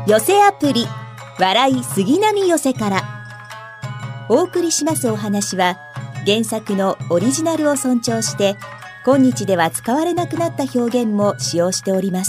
寄せアプリ笑い杉並寄せからお送りしますお話は、原作のオリジナルを尊重して今日では使われなくなった表現も使用しております。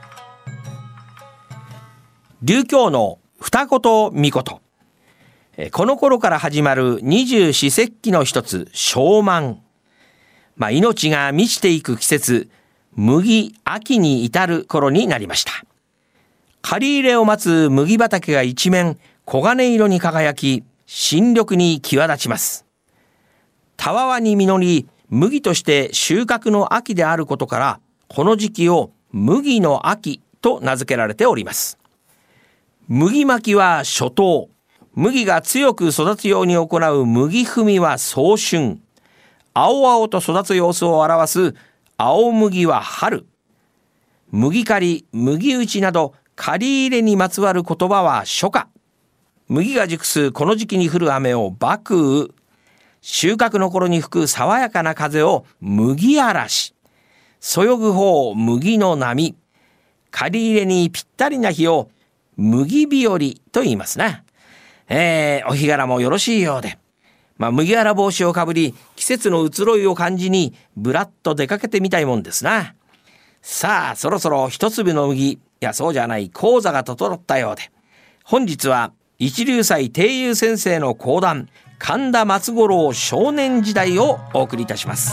琉教の二言三言。この頃から始まる二十四節気の一つ、小満。命が満ちていく季節、麦秋に至る頃になりました。刈り入れを待つ麦畑が一面黄金色に輝き、新緑に際立ちます。たわわに実り、麦として収穫の秋であることから、この時期を麦の秋と名付けられております。麦まきは初冬、麦が強く育つように行う麦踏みは早春、青々と育つ様子を表す青麦は春、麦刈り、麦打ちなど刈り入れにまつわる言葉は初夏、麦が熟すこの時期に降る雨を麦雨、収穫の頃に吹く爽やかな風を麦嵐、そよぐ方麦の波、刈り入れにぴったりな日を麦日和と言いますな。お日柄もよろしいようで、麦わら帽子をかぶり、季節の移ろいを感じにぶらっと出かけてみたいもんですな。さあ、そろそろ一粒の麦、いやそうじゃない講座が整ったようで、本日は一龍斎貞友先生の講談、神田松五郎少年時代をお送りいたします。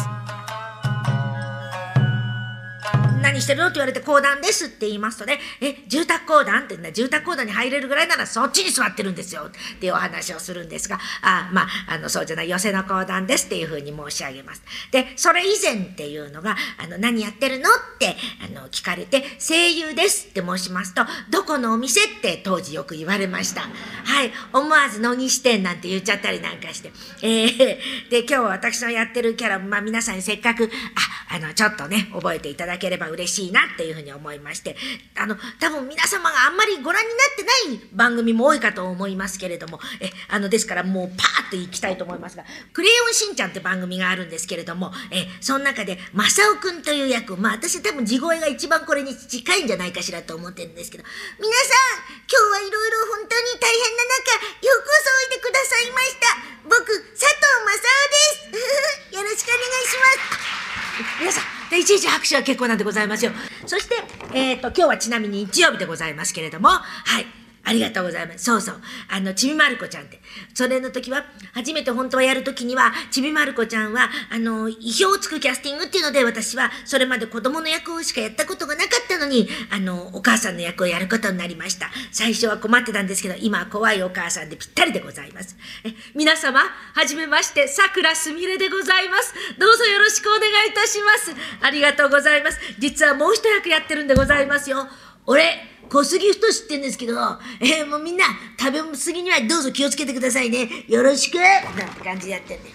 何してるのって言われて講談ですって言いますとね、住宅講談って住宅講談に入れるぐらいならそっちに座ってるんですよっていうお話をするんですが、そうじゃない寄席の講談ですっていうふうに申し上げます。で、それ以前っていうのが何やってるのって聞かれて、声優ですって申しますと、どこのお店って当時よく言われました。はい、思わず乃木支店なんて言っちゃったりなんかして、で、今日私のやってるキャラ、皆さんにせっかくちょっとね覚えていただければ嬉しいなっていうふうに思いまして、多分皆様があんまりご覧になってない番組も多いかと思いますけれども、ですからもうパーッと行きたいと思いますが、クレヨンしんちゃんって番組があるんですけれども、その中でマサオくんという役、私多分地声が一番これに近いんじゃないかしらと思ってるんですけど、皆さん今日はいろいろ本当に大変な中ようこそおいでくださいました。僕佐藤マサオですよろしくお願いします。皆さんいちいち拍手は結構なんでございますよ。そして、今日はちなみに日曜日でございますけれども、はい、ありがとうございます。そうそう、ちびまる子ちゃんって、それの時は初めて本当はやる時にはちびまる子ちゃんは意表をつくキャスティングっていうので、私はそれまで子供の役しかやったことがなかったのにお母さんの役をやることになりました。最初は困ってたんですけど、今は怖いお母さんでぴったりでございます。皆様はじめまして、さくらすみれでございます。どうぞよろしくお願いいたします。ありがとうございます。実はもう一役やってるんでございますよ。俺小杉太ってんですけど、もうみんな食べ過ぎにはどうぞ気をつけてくださいね。よろしくなんて感じでやってんで、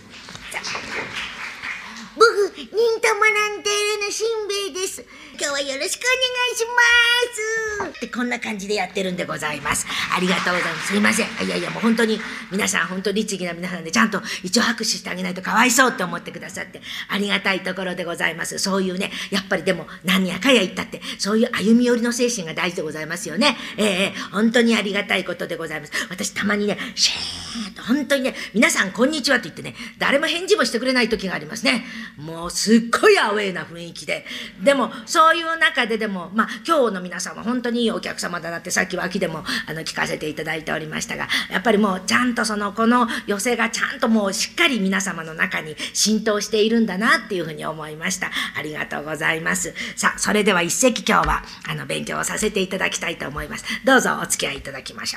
僕忍たま乱太郎のしんべヱです。今日はよろしくお願いしますってこんな感じでやってるんでございます。ありがとうございます。すいません。いやもう本当に皆さん本当に律儀な皆さんで、ちゃんと一応拍手してあげないとかわいそうって思ってくださってありがたいところでございます。そういうね、やっぱりでも何やかや言ったってそういう歩み寄りの精神が大事でございますよね。本当にありがたいことでございます。私たまにね、シーンと本当にね、皆さんこんにちはって言ってね、誰も返事もしてくれない時がありますね。もうすっごいアウェーな雰囲気で、でもそういう中ででも今日の皆さんは本当にいいお客様だなってさっき脇でも聞かせていただいておりましたが、やっぱりもうちゃんとこの寄席がちゃんともうしっかり皆様の中に浸透しているんだなっていうふうに思いました。ありがとうございます。さあ、それでは一席今日は勉強をさせていただきたいと思います。どうぞお付き合いいただきましょう。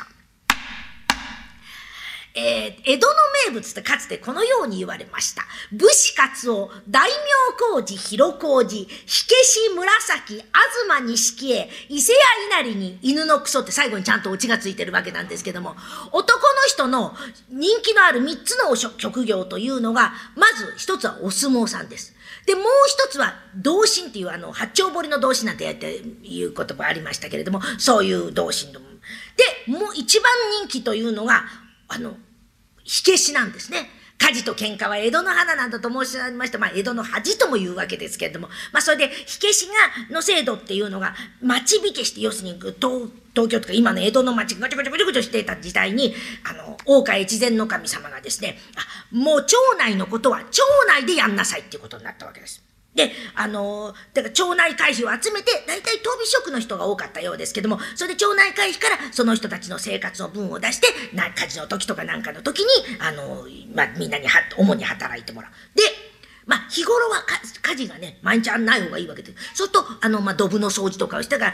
江戸の名物ってかつてこのように言われました。武士勝男、大名工事、広小路、火消し紫、東錦絵、伊勢屋稲荷に犬のクソって最後にちゃんとオチがついてるわけなんですけども、男の人の人気のある3つの職業というのが、まず一つはお相撲さんです。で、もう一つは同心っていう八丁堀の同心なんていう言葉ありましたけれども、そういう同心で、もう一番人気というのが火消しなんですね。 火事と喧嘩は江戸の花などと申し上げまして、江戸の恥とも言うわけですけれども、それで火消しの制度っていうのが町火消しって、要するに東京とか今の江戸の町がごちょごちょごちょごちょしていた時代に、大岡越前守様がですね、もう町内のことは町内でやんなさいっていうことになったわけです。で、だから町内会費を集めて、大体鳶職の人が多かったようですけども、それで町内会費からその人たちの生活の分を出して、火事の時とかなんかの時に、みんなに主に働いてもらう。で、日頃は家事がね、毎日ない方がいいわけで。そうすると、ドブの掃除とかをしたから、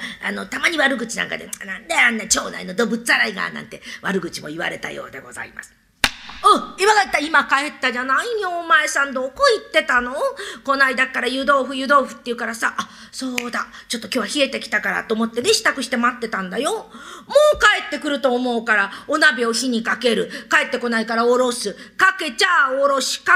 たまに悪口なんかで、なんであんな町内のドブっざらいが、なんて悪口も言われたようでございます。今帰ったじゃないよ。お前さんどこ行ってたの？こないだから湯豆腐って言うからさ、そうだ、ちょっと今日は冷えてきたからと思ってね、支度して待ってたんだよ。もう帰ってくると思うから、お鍋を火にかける。帰ってこないからおろす。かけちゃおろしって、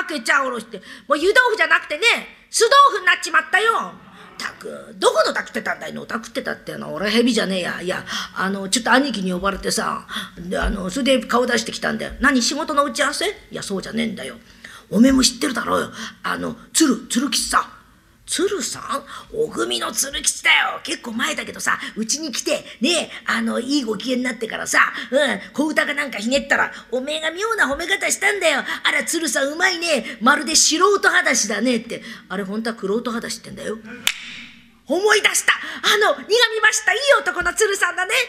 もう湯豆腐じゃなくてね、酢豆腐になっちまったよ。どこの炊くってたんだいの？炊くってたって俺蛇じゃねえや。いや、ちょっと兄貴に呼ばれてさ、で、それで顔出してきたんだよ。何、仕事の打ち合わせ？いや、そうじゃねえんだよ。おめえも知ってるだろうよ。鶴吉さん。鶴さん？お組の鶴吉だよ。結構前だけどさ、うちに来て、ねえ、いいご機嫌になってからさ、小歌かなんかひねったら、おめえが妙な褒め方したんだよ。あら、鶴さんうまいね。まるで素人裸足だねって。あれ、本当は玄人裸足ってんだよ。思い出した。苦みましたいい男の鶴さんだね。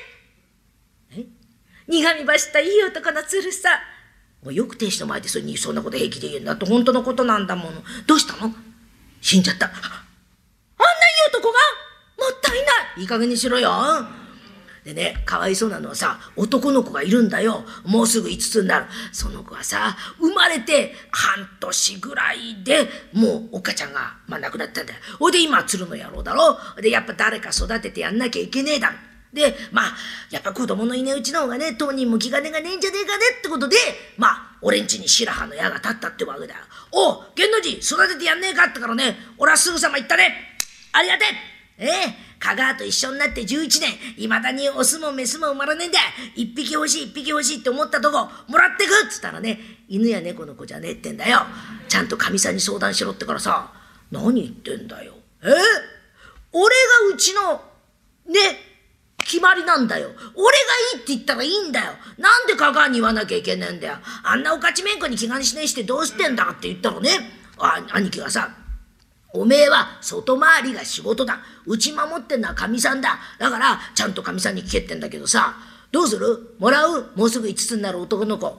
苦みましたいい男の鶴さん。よく亭主の前でそんなこと平気で言うんだって、本当のことなんだもの。どうしたの？死んじゃった。あんないい男が？もったいない。いい加減にしろよ。でね、かわいそうなのはさ、男の子がいるんだよ。もうすぐ5つになる。その子はさ、生まれて半年ぐらいでもうおっかちゃんが、亡くなったんだよ。ほいで今鶴の野郎だろ。でやっぱ誰か育ててやんなきゃいけねえだろ。でやっぱ子供のいねえうちの方がね、当人も気兼ねがねえんじゃねえかねってことで、俺んちに白羽の矢が立ったってわけだよ。おう、源の字育ててやんねえかってからね、俺はすぐさま言ったね。ありがてえ。香川と一緒になって11年、いまだにオスもメスも生まれねえんだ。一匹欲しいって思ったとこもらってくっつったらね、犬や猫の子じゃねえってんだよ。ちゃんとかみさんに相談しろってからさ、何言ってんだよ。俺がうちの決まりなんだよ。俺がいいって言ったらいいんだよ。なんで香川に言わなきゃいけねえんだよ。あんなおかちめんこに気がしねえしてどうしてんだって言ったらね、兄貴がさ、おめえは外回りが仕事だ。うち守ってんのはかみさんだ。だからちゃんとかみさんに聞けってんだけどさ、どうする？もらう？もうすぐ5つになる男の子。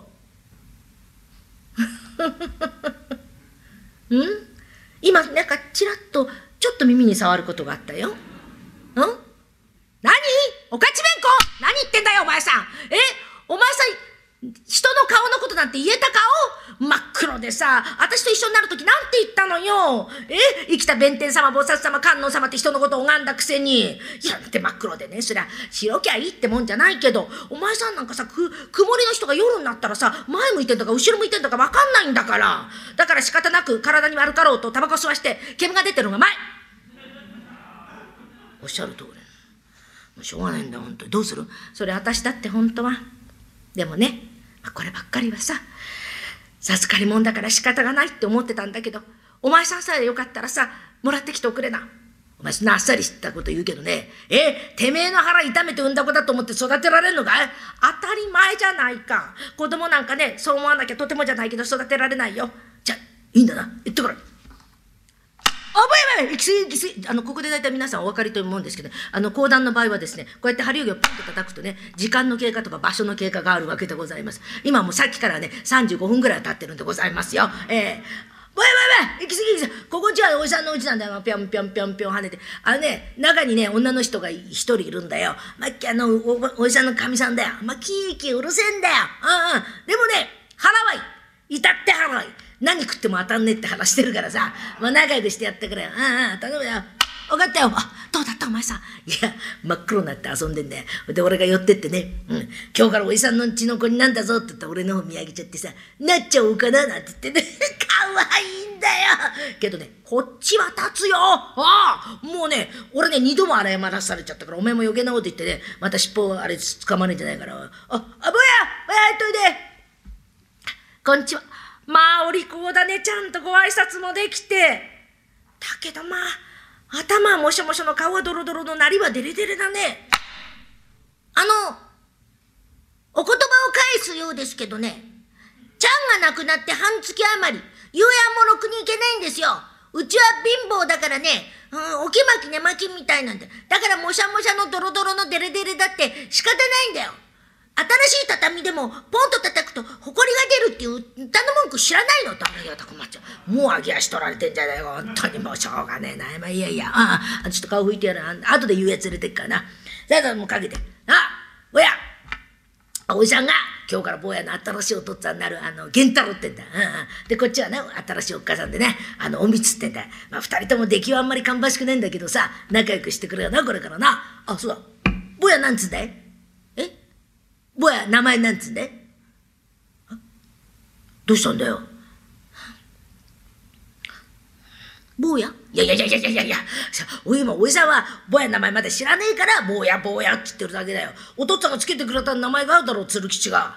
今なんかちらっとちょっと耳に触ることがあったよ。何？おかちめんこ？何言ってんだよお前さん。お前さん、人の顔のことなんて言えた顔？真っ黒でさ、私と一緒になるときなんて言ったのよ。生きた弁天様、菩薩様、観音様って人のことを拝んだくせに。いや、だって真っ黒でね、そりゃ白きゃいいってもんじゃないけど、お前さんなんかさ、曇りの人が夜になったらさ、前向いてんだか後ろ向いてんだかわかんないんだから。だから仕方なく体に悪かろうとタバコ吸わして、煙が出てるのが前。おっしゃる通り。もうしょうがないんだ、本当に。どうする？それ私だって本当は。でもね、こればっかりはさ、授かりもんだから仕方がないって思ってたんだけど、お前さんさえよかったらさ、もらってきておくれな。お前そんなあっさりしたこと言うけどね、てめえの腹痛めて産んだ子だと思って育てられんのかい？当たり前じゃないか。子供なんかね、そう思わなきゃとてもじゃないけど育てられないよ。じゃあいいんだな、言ってこれ。行き過ぎ。ここで大体皆さんお分かりと思うんですけど、講談の場合はですね、こうやって針をパンと叩くとね、時間の経過とか場所の経過があるわけでございます。今もうさっきからね、35分ぐらい経ってるんでございますよ。行き過ぎ。ここんちはおじさんのうちなんだよ。ぴょんぴょんぴょんぴょん跳ねて。中にね、女の人が一人いるんだよ。おじさんのかみさんだよ。キーキーうるせえんだよ。でもね、腹はいい。至って腹はいい。何食っても当たんねえって話してるからさ、仲良くしてやってくれよ。頼むよ。分かったよ。どうだったお前さん。いや、真っ黒になって遊んでんだよ。で、俺が寄ってってね、今日からおじさんのうちの子になんだぞって言ったら俺の方見上げちゃってさ、なっちゃおうかななんて言ってね、かわいいんだよ。けどね、こっちは立つよ。もうね、俺ね、2度も謝らされちゃったから、お前も余計なこと言ってね、また尻尾あれ捕まねえんじゃないから。ぼや、といで。こんにちは。 まあお利口だね、ちゃんとご挨拶もできて。だけどまあ頭はもしょもしょの顔はドロドロのなりはデレデレだね。お言葉を返すようですけどね、ちゃんが亡くなって半月余り、夕飯もろくに行けないんですよ。うちは貧乏だからね、おきまき寝巻きみたいなんで、だからもしゃもしゃのドロドロのデレデレだって仕方ないんだよ。新しい畳でもポンと叩くとほこりが出るっていう歌の文句知らないの？ダメよ、たくまっちゃう。もう揚げ足取られてんじゃないよ、本当にもうしょうがねえな。まあいやいや、ちょっと顔拭いてやる。後で言うやつ連れてっからな。さあもうかけて。ぼや、おじさんが今日から坊やの新しいお父っつぁんになる源太郎ってんだ。でこっちはね新しいおっかさんでねおみつってんだ。まあ二人とも出来はあんまり芳しくねえんだけどさ、仲良くしてくれよなこれからな。そうだ、坊やなんつんだい？坊や名前なんつんだい？どうしたんだよ坊や？いや、おじさんは坊やの名前まで知らねえから坊やって言ってるだけだよ。お父っつぁんがつけてくれた名前があるだろう、鶴吉が。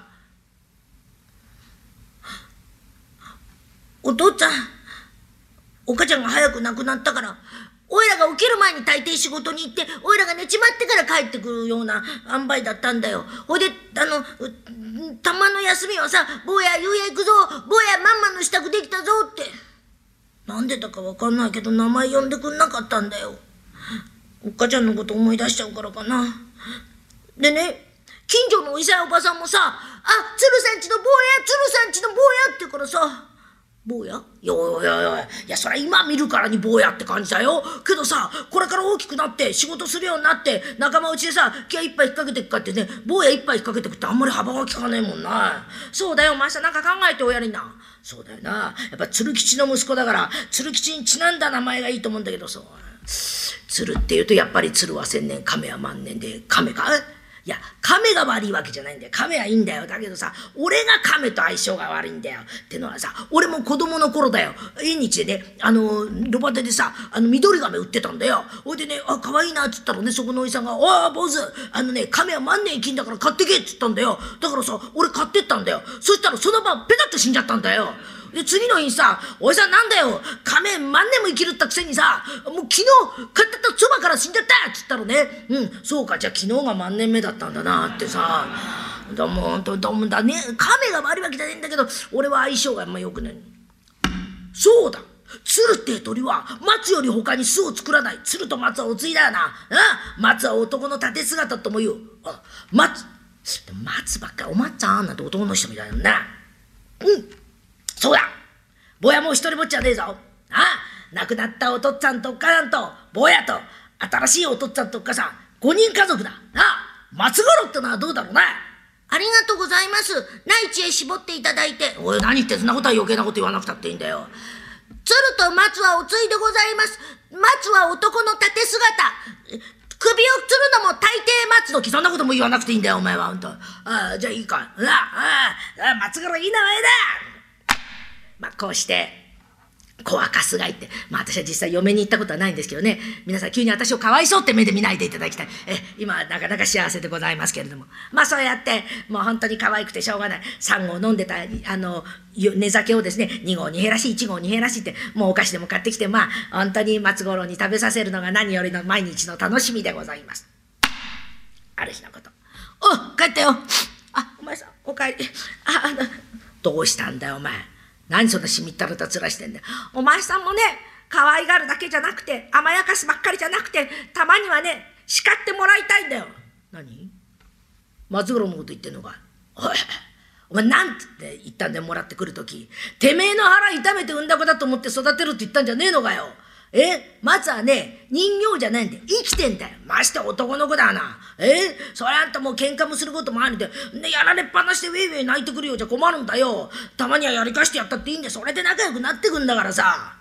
お父っつぁん、お母ちゃんが早く亡くなったからおいらが起きる前に大抵仕事に行っておいらが寝ちまってから帰ってくるような塩梅だったんだよ。ほいでたまの休みはさ、坊や夕や行くぞ、坊やマンマの支度できたぞって。なんでだかわかんないけど名前呼んでくんなかったんだよ。おっかちゃんのこと思い出しちゃうからかな。でね、近所のおじさんおばさんもさ、鶴さんちの坊や、鶴さんちの坊やって言うからさ、坊や？いや、そりゃ今見るからに坊やって感じだよ。けどさ、これから大きくなって仕事するようになって仲間内でさ、気合一杯引っ掛けてくかってね、坊や一杯引っ掛けてくってあんまり幅が利かねえもんな。そうだよ、お前さんなんか考えておやりな。そうだよな、やっぱ鶴吉の息子だから鶴吉にちなんだ名前がいいと思うんだけど、そう鶴って言うとやっぱり鶴は千年亀は万年で、亀か？いや、亀が悪いわけじゃないんだよ。亀はいいんだよ。だけどさ、俺が亀と相性が悪いんだよ。ってのはさ、俺も子供の頃だよ。縁日でね、ロバテでさ、緑亀売ってたんだよ。ほいでね、可愛いなっつったらね、そこのおじさんが、坊主、亀は万年生きんだから買ってけっつったんだよ。だからさ、俺買ってったんだよ。そしたらその晩、ペタッと死んじゃったんだよ。で、次の日にさ、おじさんなんだよ、亀万年も生きるったくせにさ、もう昨日買ってたそばから死んじゃったっつったらね、そうか、じゃあ昨日が万年目だったんだなってさ、どうもだね、亀が悪いわけじゃないんだけど、俺は相性があんま良くない。そうだ、鶴って鳥は松より他に巣を作らない。鶴と松はおついだよな。松は男の盾姿とも言う。松ばっかりお松さんなんて男の人みたいだもんな。そうだ、坊やもう一人ぼっちゃねえぞ。亡くなったお父っつぁんとおっかさんと坊やと新しいお父っつぁんとおっかさん5人家族だ。松五郎ってのはどうだろうな。ありがとうございます。内地へ絞っていただいて。おい、何言ってそんなことは余計なこと言わなくたっていいんだよ。鶴と松はおついでございます。松は男の盾姿。首をつるのも大抵松の木。そんなことも言わなくていいんだよお前は。ほんと。じゃあいいか。松五郎いい名前だ。こうして子は春日井って、私は実際嫁に行ったことはないんですけどね、皆さん急に私をかわいそうって目で見ないでいただきたい。今はなかなか幸せでございますけれども、そうやってもう本当に可愛くてしょうがない。3合飲んでた寝酒をですね、2合に減らし1合に減らしって、もうお菓子でも買ってきて、本当に松五郎に食べさせるのが何よりの毎日の楽しみでございます。ある日のこと、帰ったよ。お前さんお帰り。どうしたんだよお前、何そんなしみったれた面してんだよ。お前さんもね、可愛がるだけじゃなくて甘やかすばっかりじゃなくて、たまにはね叱ってもらいたいんだよ。何？松五郎のこと言ってんのか。お前なんつって言ったんだよ、もらってくるとき。てめえの腹痛めて産んだ子だと思って育てるって言ったんじゃねえのかよ。松はね人形じゃないんで生きてんだよ。まして男の子だな。それあんたもう喧嘩もすることもあるんで、やられっぱなしでウェイウェイ泣いてくるようじゃ困るんだよ。たまにはやり返してやったっていいんで、それで仲良くなってくんだからさ。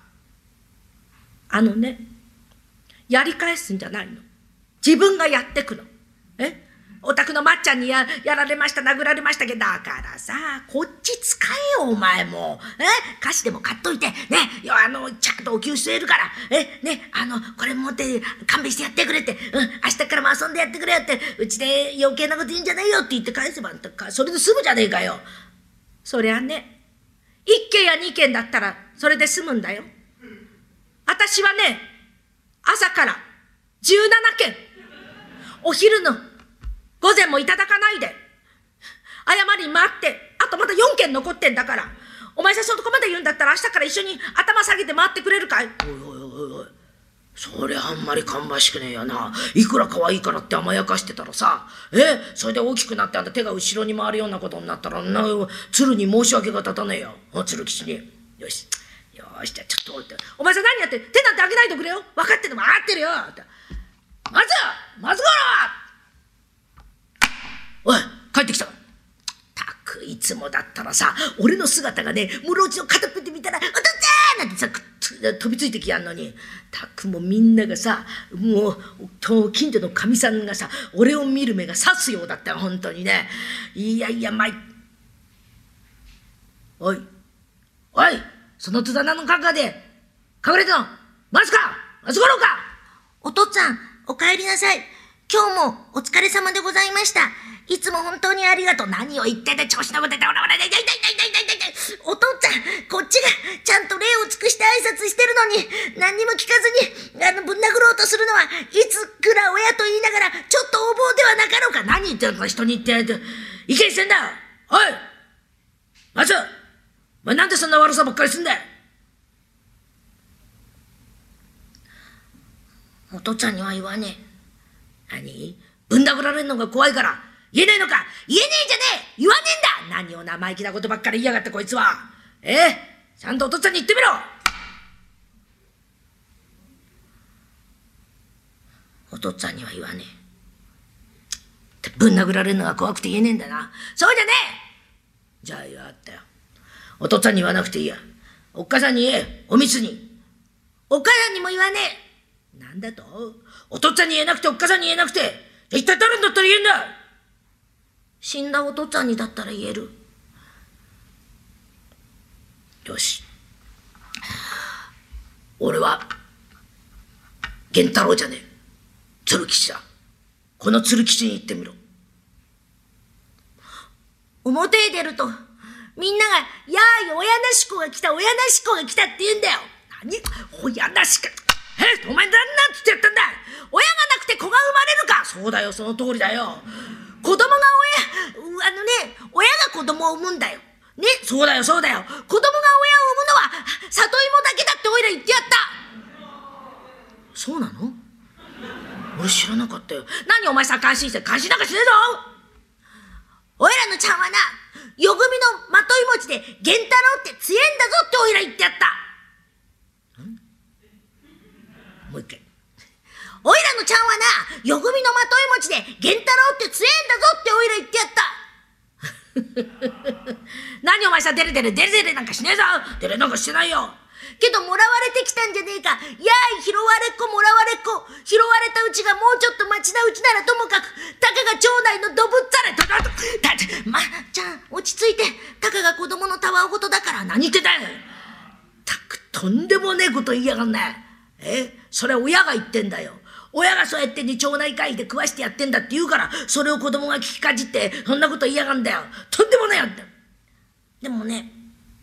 やり返すんじゃないの、自分がやってくの。お宅のまっちゃんにやられました、殴られましたけど、だからさ、こっち使えよお前も。菓子でも買っといてね、ちゃんとお給据えるから、これ持って勘弁してやってくれって、明日からも遊んでやってくれよって、うちで余計なこと言うんじゃないよって言って返せば、それで済むじゃねえかよ。そりゃね、 1軒や2軒だったらそれで済むんだよ。私はね、朝から17軒、お昼の午前もいただかないで、謝りに回って、あとまだ4軒残ってんだから、お前さんそのとこまで言うんだったら明日から一緒に頭下げて回ってくれるかい？おいおいおいおい、そりゃあんまり芳しくねえやな。いくら可愛いからって甘やかしてたらさ、それで大きくなってあんた手が後ろに回るようなことになったら鶴に申し訳が立たねえよ。鶴吉に。よしよし、じゃあちょっと置いて、お前さん何やって手なんてあげないでくれよ。分かってるの分かってるよ。松五郎、おい帰ってきた。いつもだったらさ、俺の姿がね、室内の片っぺって見たら「お父っつぁん!」なんてさ飛びついてきやんのに、もうみんながさ、もう近所のかみさんがさ、俺を見る目が刺すようだったよ、本当にね。いやいや、おいその戸棚の中で隠れたの松五郎か。 お父っつぁん、お帰りなさい。今日もお疲れ様でございました。いつも本当にありがとう。 何を言ってて調子のことで、お父っつぁん、こっちがちゃんと礼を尽くして挨拶してるのに、何にも聞かずにぶん殴ろうとするのは、いつくら親と言いながらちょっと横暴ではなかろうか。 何言ってるのか人に言って、意見してんだよ。おい松、お前なんでそんな悪さばっかりすんだよ。 お父っつぁんには言わねえ。何？ぶん殴られるのが怖いから言えねえのか。言えねえじゃねえ、言わねえんだ。何を生意気なことばっかり言いやがってこいつは。ちゃんとお父っつぁんに言ってみろ。 お父っつぁんには言わねえ。ぶん殴られるのが怖くて言えねえんだな。そうじゃねえ。じゃあ言わったよ。お父っつぁんに言わなくていいや。おっかさんに言え。おみつに。 お母さんにも言わねえ。なんだと？お父っつぁんに言えなくておっかさんに言えなくて、一体誰だったら言えんだ。 死んだお父っつぁんにだったら言える。 よし、俺は源太郎じゃねえ、鶴吉だ。この鶴吉に言ってみろ。 表へ出るとみんなが「やーい、親なし子が来た、親なし子が来た」って言うんだよ。 何？親なしか。お前なんつってやったんだ。親がなくて子が生まれるか。そうだよ、その通りだよ。 子供が親が子供を産むんだよ。ね、 そうだよ。子供が親を産むのは里芋だけだっておいら言ってやった。 そうなの？俺知らなかったよ。何お前さ、感心して。感心なんかしねえぞ。 おいらのちゃんはな、よ組のまとい餅で源太郎って強えんだぞっておいら言ってやった。 もう一回。 おいらのちゃんはな、よ組のまとい餅で源太郎って強えんだぞっておいら言ってやった。 何お前さ、デレなんかしねえぞ。デレなんかしてないよ。 けどもらわれてきたんじゃねえか。やーい、拾われっこもらわれっこ。拾われたうちがもうちょっと待ちなうちならともかく、たかが町内のどぶっざれ。ちゃん落ち着いて。たかが子供のたわごとだから。 何言ってたよ。とんでもねえこと言いやがんな。それ親が言ってんだよ。親がそうやって町内会議で食わしてやってんだって言うから、それを子供が聞きかじってそんなこと言いやがんだよ。とんでもねえよって。 でもね、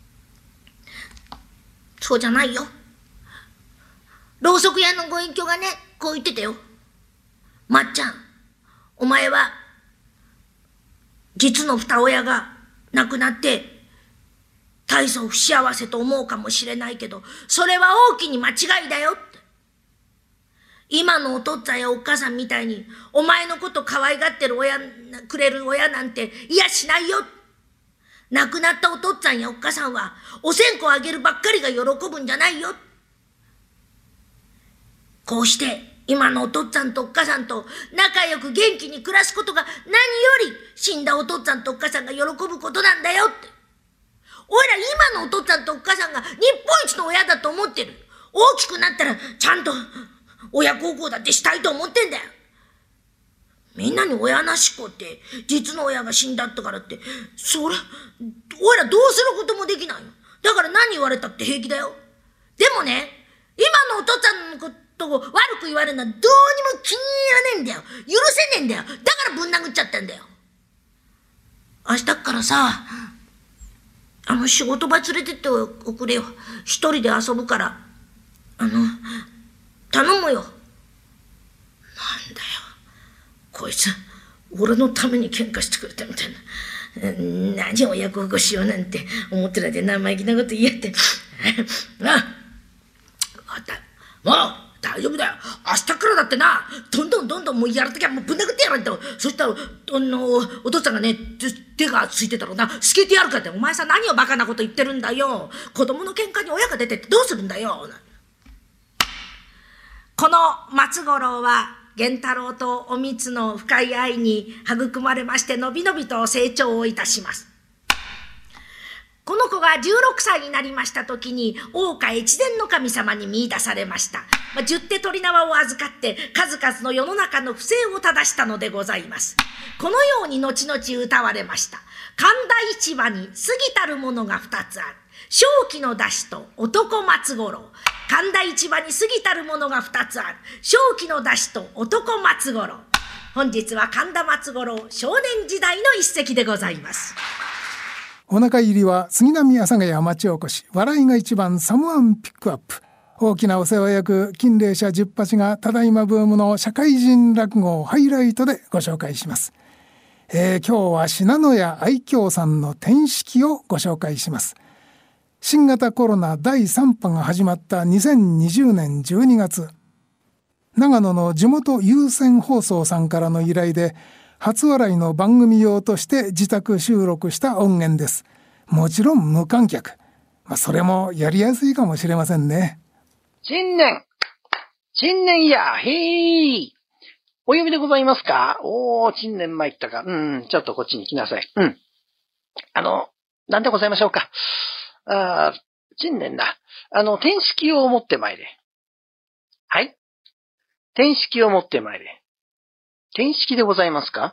そうじゃないよ。ろうそく屋のご隠居がね、こう言ってたよ。まっちゃん、お前は実の二親が亡くなって大層不幸せと思うかもしれないけど、それは大きに間違いだよって。今のお父っつぁんやおっかさんみたいにお前のこと可愛がってるくれる親なんていやしないよ。亡くなったお父っつぁんやおっかさんはお線香あげるばっかりが喜ぶんじゃないよ。こうして今のお父っつぁんとおっかさんと仲良く元気に暮らすことが何より死んだお父っつぁんとおっかさんが喜ぶことなんだよって。おいら今のお父っつぁんとおっかさんが日本一の親だと思ってる。大きくなったらちゃんと親孝行だってしたいと思ってんだよ。みんなに親なし子って実の親が死んだってからって、それおいらどうすることもできないの。だから何言われたって平気だよ。でもね、今のお父っつぁんのことを悪く言われるのはどうにも気に入らねえんだよ。許せねえんだよ。だからぶん殴っちゃったんだよ。明日からさ、 仕事場連れてっておくれよ。一人で遊ぶから。頼むよ。なんだよ。こいつ、俺のために喧嘩してくれたみたいな。何を親孝行しようなんて思ってらで生意気なこと言いやって。なあ、分かった。もう大丈夫だよ。明日からだってな、どんどんもうやるときはもうぶん殴ってやるんだよ。そしたら、お父さんがね、手がついてたらな、しけてやるかって。お前さ、何をバカなこと言ってるんだよ。子供の喧嘩に親が出てってどうするんだよ。この松五郎は、源太郎とおみつの深い愛に育まれまして、のびのびと成長をいたします。この子が16歳になりました時に、大岡越前の神様に見出されました。十手取り縄を預かって、数々の世の中の不正を正したのでございます。このように後々歌われました。神田市場に過ぎたるものが2つある。正気の出しと男松五郎。神田市場に過ぎたるものが2つある。正気の出しと男松五郎。本日は神田松五郎少年時代の一席でございます。 お腹入りは杉並阿佐ヶ谷町おこし、笑いが一番サムワンピックアップ。大きなお世話役金霊社十八がただいまブームの社会人落語をハイライトでご紹介します。今日は信濃屋愛嬌さんの転式をご紹介します。新型コロナ第3波が始まった2020年12月、長野の地元有線放送さんからの依頼で、初笑いの番組用として自宅収録した音源です。もちろん無観客。それもやりやすいかもしれませんね。 新年や、へい。お呼びでございますか？新年参ったか。ちょっとこっちに来なさい。なんでございましょうか。新年だ。転式を持ってまいれ。はい。転式を持ってまいれ。転式でございますか？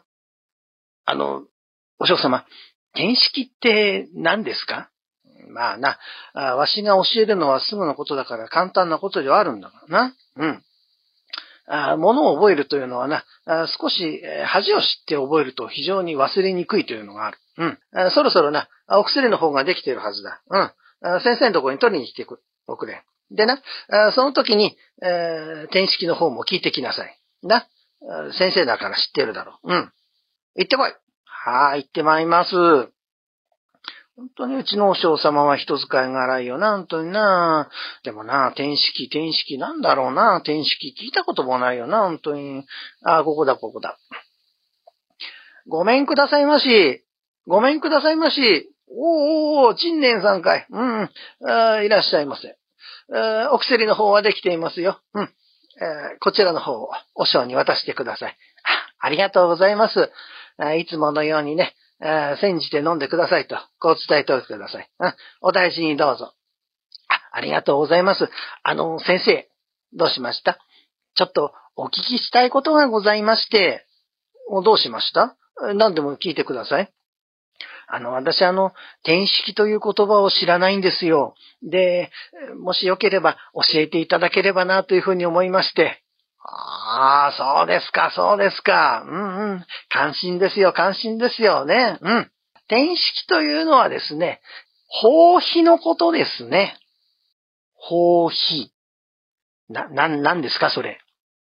お嬢様、転式って何ですか？わしが教えるのはすぐのことだから簡単なことではあるんだからな。物を覚えるというのはな、少し恥を知って覚えると非常に忘れにくいというのがある。そろそろな、お薬の方ができているはずだ。先生のところに取りに来ておくれ。でな、その時に、転式の方も聞いてきなさい。な。先生だから知ってるだろう。行ってこい。行ってまいります。本当にうちのお嬢様は人使いが荒いよな、本当にな。でもな、転式なんだろうな、転式聞いたこともないよな、本当に。ここだ。ごめんくださいまし。陳年さんかい。いらっしゃいませ。お薬の方はできていますよ。こちらの方をお嬢に渡してください。ありがとうございます。いつものようにね、煎じて飲んでくださいと、こう伝えておいてください。お大事にどうぞ。ありがとうございます。先生、どうしました？ちょっとお聞きしたいことがございまして。どうしました？何でも聞いてください。私転式という言葉を知らないんですよ。で、もしよければ教えていただければなというふうに思いまして。そうですか。感心ですよね。転式というのはですね、包皮のことですね。包皮。なんですか、それ。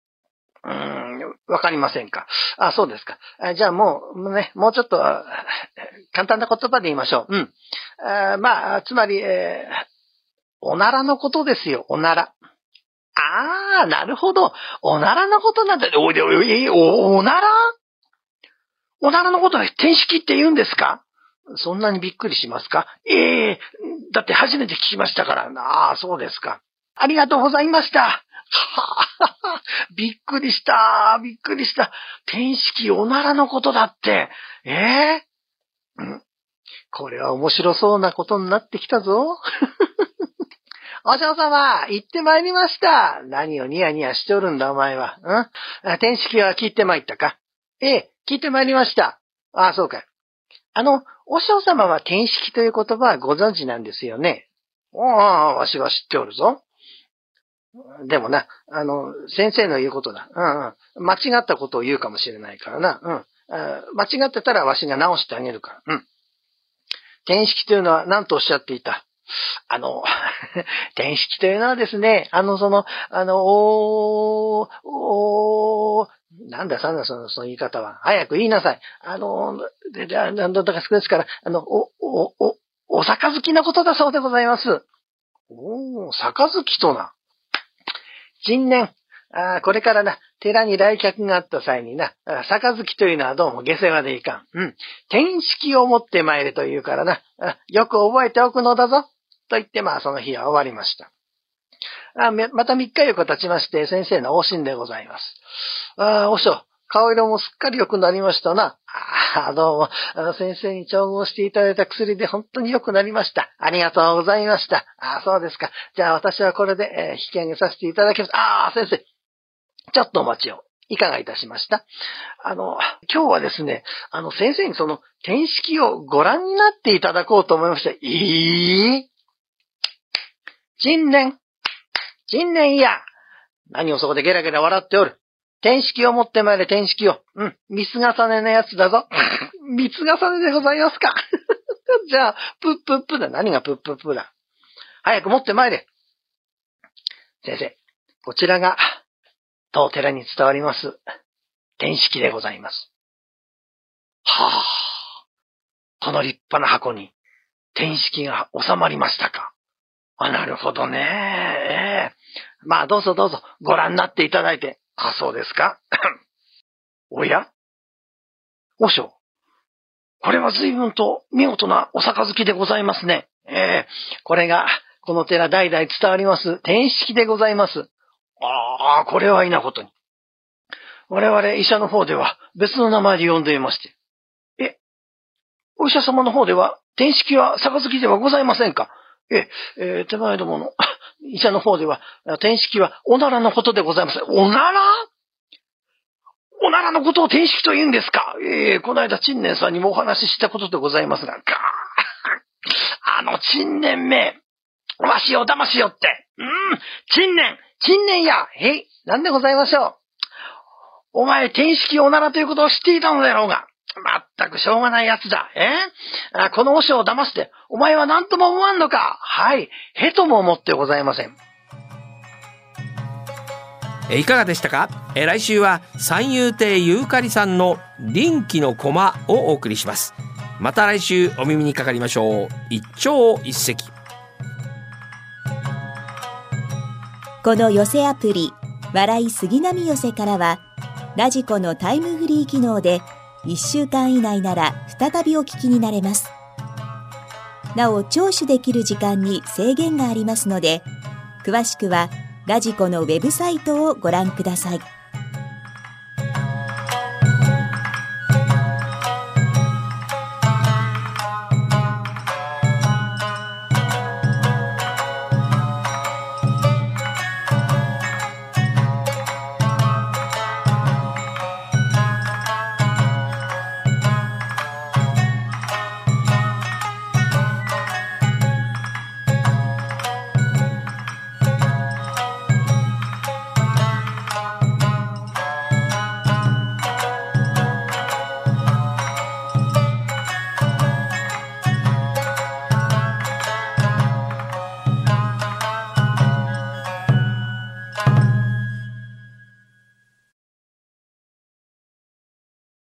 わかりませんか。そうですか。じゃあもうちょっと、簡単な言葉で言いましょう。つまり、おならのことですよ、おなら。なるほど。おならのことなんだ。おなら？おならのことは転式って言うんですか？そんなにびっくりしますか？だって初めて聞きましたから。そうですか。ありがとうございました。びっくりした。転式おならのことだって。これは面白そうなことになってきたぞ。お嬢様、行ってまいりました。何をニヤニヤしておるんだ、お前は。転式は聞いてまいったか？聞いてまいりました。そうか。お嬢様は転式という言葉はご存知なんですよね。わしは知っておるぞ。でもな、先生の言うことだ。間違ったことを言うかもしれないからな。間違ってたらわしが直してあげるから。 転式というのは何とおっしゃっていた？転式というのはですね、なんだその言い方は。早く言いなさい。なんだか少ですから、お杯のことだそうでございます。杯とな。新年、これからな、寺に来客があった際にな、杯というのはどうも下世話でいかん。転式を持って参れというからな、よく覚えておくのだぞ。と言って、その日は終わりました。また3日4日経ちまして、先生の往診でございます。お師顔色もすっかり良くなりましたな。どうも、先生に調合していただいた薬で本当に良くなりました。ありがとうございました。そうですか。じゃあ私はこれで、引き上げさせていただきます。先生。ちょっとお待ちを。いかがいたしました？今日はですね、先生にその、転式をご覧になっていただこうと思いました。新年や。何をそこでゲラゲラ笑っておる。転式を持ってまいれ、転式を。三つ重ねのやつだぞ。三つ重ねでございますか。じゃあ、プップップだ。何がプップップだ。早く持ってまいれ。先生、こちらが、当寺に伝わります、転式でございます。この立派な箱に、転式が収まりましたか。なるほどね。どうぞ、ご覧になっていただいて。そうですか。おや？和尚。これは随分と見事なお杯でございますね。これが、この寺代々伝わります、転式でございます。これは異なことに。我々医者の方では別の名前で呼んでいまして。お医者様の方では、転式は杯ではございませんか？手前どもの医者の方では、転式はおならのことでございます。おなら？おならのことを転式と言うんですか？この間、陳年さんにもお話ししたことでございますが、陳年め、わしを騙しよって。陳年や、なんでございましょう。お前、転式おならということを知っていたのだろうが。まったくしょうがないやつだ。この和尚を騙して、お前は何とも思わんのか。へとも思ってございません。 いかがでしたか？来週は三遊亭ゆうかりさんの臨機の駒をお送りします。また来週お耳にかかりましょう。一朝一夕。 この寄せアプリ笑い杉並寄せからはラジコのタイムフリー機能で1週間以内なら再びお聞きになれます。なお聴取できる時間に制限がありますので、詳しくはラジコのウェブサイトをご覧ください。